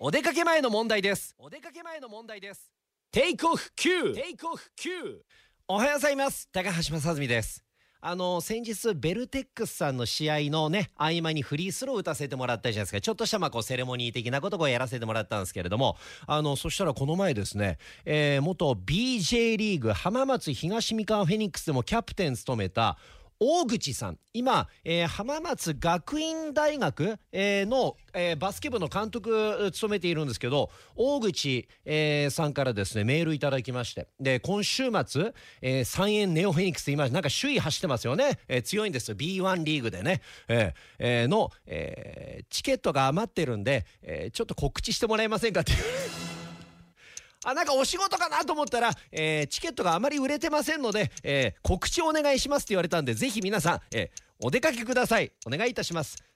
お出かけ前の問題です。お出かけ前の問題です。テイクオフ Q。 テイクオフ Q。 おはようございます。高橋正純です。先日ベルテックスさんの試合のね合間にフリースローを打たせてもらったじゃないですか。ちょっとしたセレモニー的なことをやらせてもらったんですけれども、そしたらこの前ですね、元 BJ リーグ浜松東三河フェニックスでもキャプテン務めた大口さん、今、浜松学院大学、の、バスケ部の監督務めているんですけど、大口、さんからですねメールいただきまして、で今週末、三円ネオフェニックス今なんか首位走ってますよね、強いんですよ B1 リーグでね、の、チケットが余ってるんで、ちょっと告知してもらえませんかっていうなんかお仕事かなと思ったら、チケットがあまり売れてませんので、告知お願いしますって言われたんで、ぜひ皆さん、お出かけください。お願いいたします。